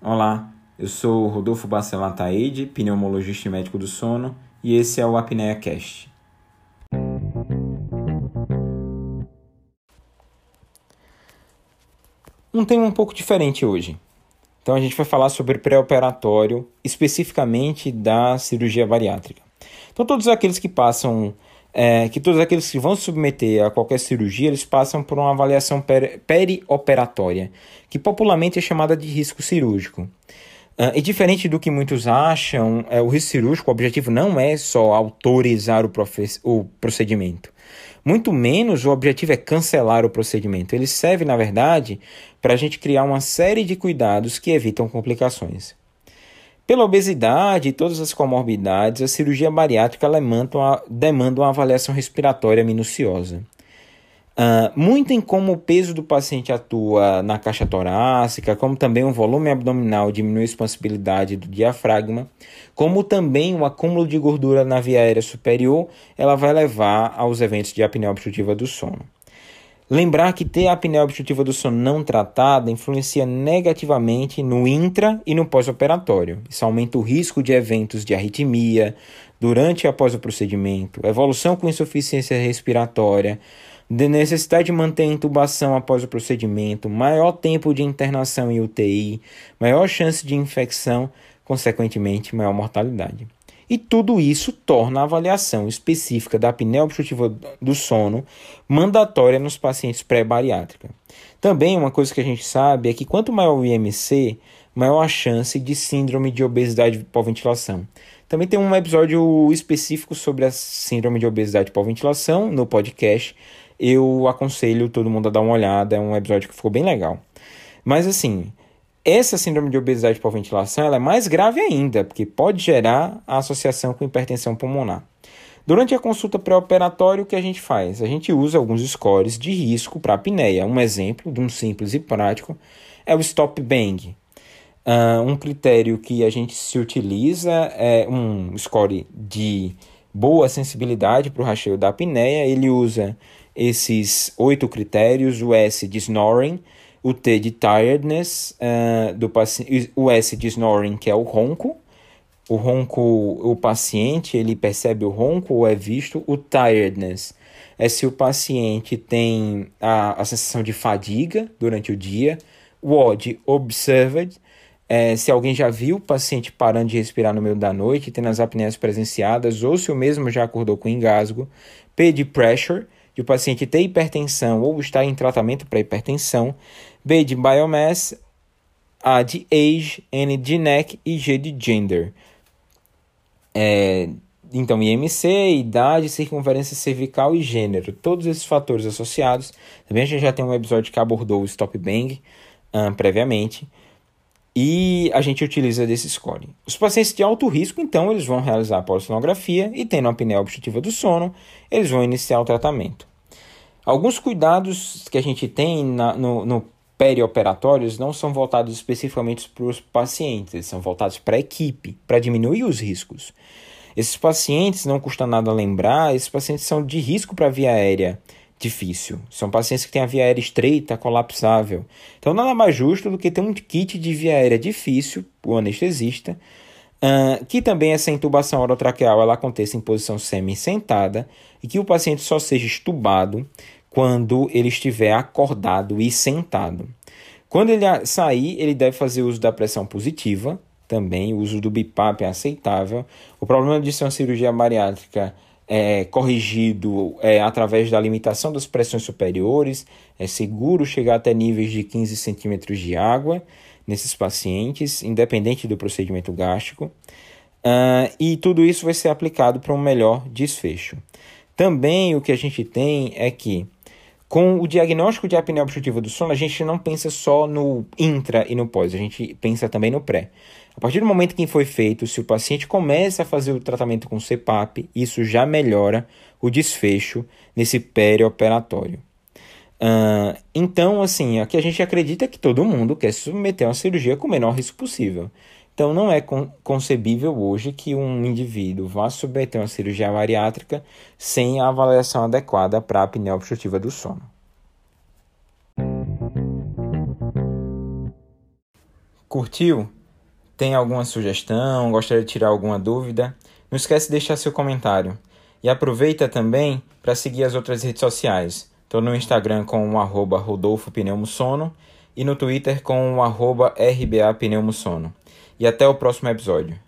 Olá, eu sou Rodolfo Bacelar Taide, pneumologista e médico do sono, e esse é o Apneia Cast. Um tema um pouco diferente hoje. Então a gente vai falar sobre pré-operatório, especificamente da cirurgia bariátrica. Então todos aqueles que vão se submeter a qualquer cirurgia, eles passam por uma avaliação perioperatória, que popularmente é chamada de risco cirúrgico. E diferente do que muitos acham, o risco cirúrgico, o objetivo não é só autorizar o procedimento. Muito menos o objetivo é cancelar o procedimento. Ele serve, na verdade, para a gente criar uma série de cuidados que evitam complicações. Pela obesidade e todas as comorbidades, a cirurgia bariátrica demanda uma avaliação respiratória minuciosa. Muito em como o peso do paciente atua na caixa torácica, como também o volume abdominal diminui a expansibilidade do diafragma, como também o acúmulo de gordura na via aérea superior, ela vai levar aos eventos de apneia obstrutiva do sono. Lembrar que ter a apneia obstrutiva do sono não tratada influencia negativamente no intra e no pós-operatório. Isso aumenta o risco de eventos de arritmia durante e após o procedimento, evolução com insuficiência respiratória, de necessidade de manter a intubação após o procedimento, maior tempo de internação em UTI, maior chance de infecção, consequentemente, maior mortalidade. E tudo isso torna a avaliação específica da apneia obstrutiva do sono mandatória nos pacientes pré-bariátrica. Também uma coisa que a gente sabe é que quanto maior o IMC, maior a chance de síndrome de obesidade por ventilação. Também tem um episódio específico sobre a síndrome de obesidade por ventilação no podcast. Eu aconselho todo mundo a dar uma olhada, é um episódio que ficou bem legal. Mas assim, essa síndrome de obesidade por ventilação ela é mais grave ainda, porque pode gerar a associação com hipertensão pulmonar. Durante a consulta pré-operatória, o que a gente faz? A gente usa alguns scores de risco para apneia. Um exemplo de um simples e prático é o Stop Bang. Um critério que a gente se utiliza é um score de boa sensibilidade para o rasteio da apneia. Ele usa esses 8 critérios, o S de snoring, o T de tiredness, o S de snoring, que é o ronco. O ronco, o paciente, ele percebe o ronco ou é visto. O tiredness é se o paciente tem a sensação de fadiga durante o dia. O O de observed, se alguém já viu o paciente parando de respirar no meio da noite, tendo as apneias presenciadas, ou se o mesmo já acordou com engasgo. P de pressure, de o paciente ter hipertensão ou estar em tratamento para hipertensão. B de biomass, A de age, N de neck e G de gender. Então, IMC, idade, circunferência cervical e gênero. Todos esses fatores associados. Também a gente já tem um episódio que abordou o Stop Bang previamente. E a gente utiliza desse score. Os pacientes de alto risco, então, eles vão realizar a polissonografia e, tendo a apneia obstrutiva do sono, eles vão iniciar o tratamento. Alguns cuidados que a gente tem no perioperatórios não são voltados especificamente para os pacientes, eles são voltados para a equipe, para diminuir os riscos. Esses pacientes, não custa nada lembrar, esses pacientes são de risco para a via aérea difícil. São pacientes que têm a via aérea estreita, colapsável. Então, nada mais justo do que ter um kit de via aérea difícil, o anestesista, que também essa intubação orotraqueal ela aconteça em posição semi-sentada e que o paciente só seja estubado quando ele estiver acordado e sentado. Quando ele sair, ele deve fazer uso da pressão positiva, também o uso do BiPAP é aceitável. O problema de ser uma cirurgia bariátrica é corrigido através da limitação das pressões superiores. É seguro chegar até níveis de 15 centímetros de água nesses pacientes, independente do procedimento gástrico. E tudo isso vai ser aplicado para um melhor desfecho. Também o que a gente tem é que, com o diagnóstico de apneia obstrutiva do sono, a gente não pensa só no intra e no pós, a gente pensa também no pré. A partir do momento que foi feito, se o paciente começa a fazer o tratamento com CPAP, isso já melhora o desfecho nesse perioperatório. Então, assim, aqui a gente acredita que todo mundo quer se submeter a uma cirurgia com o menor risco possível. Então, não é concebível hoje que um indivíduo vá submeter a uma cirurgia bariátrica sem a avaliação adequada para a apneia obstrutiva do sono. Curtiu? Tem alguma sugestão? Gostaria de tirar alguma dúvida? Não esquece de deixar seu comentário. E aproveita também para seguir as outras redes sociais. Estou no Instagram com o @RodolfoPneumosono e no Twitter com o @RBAPneumosono. E até o próximo episódio.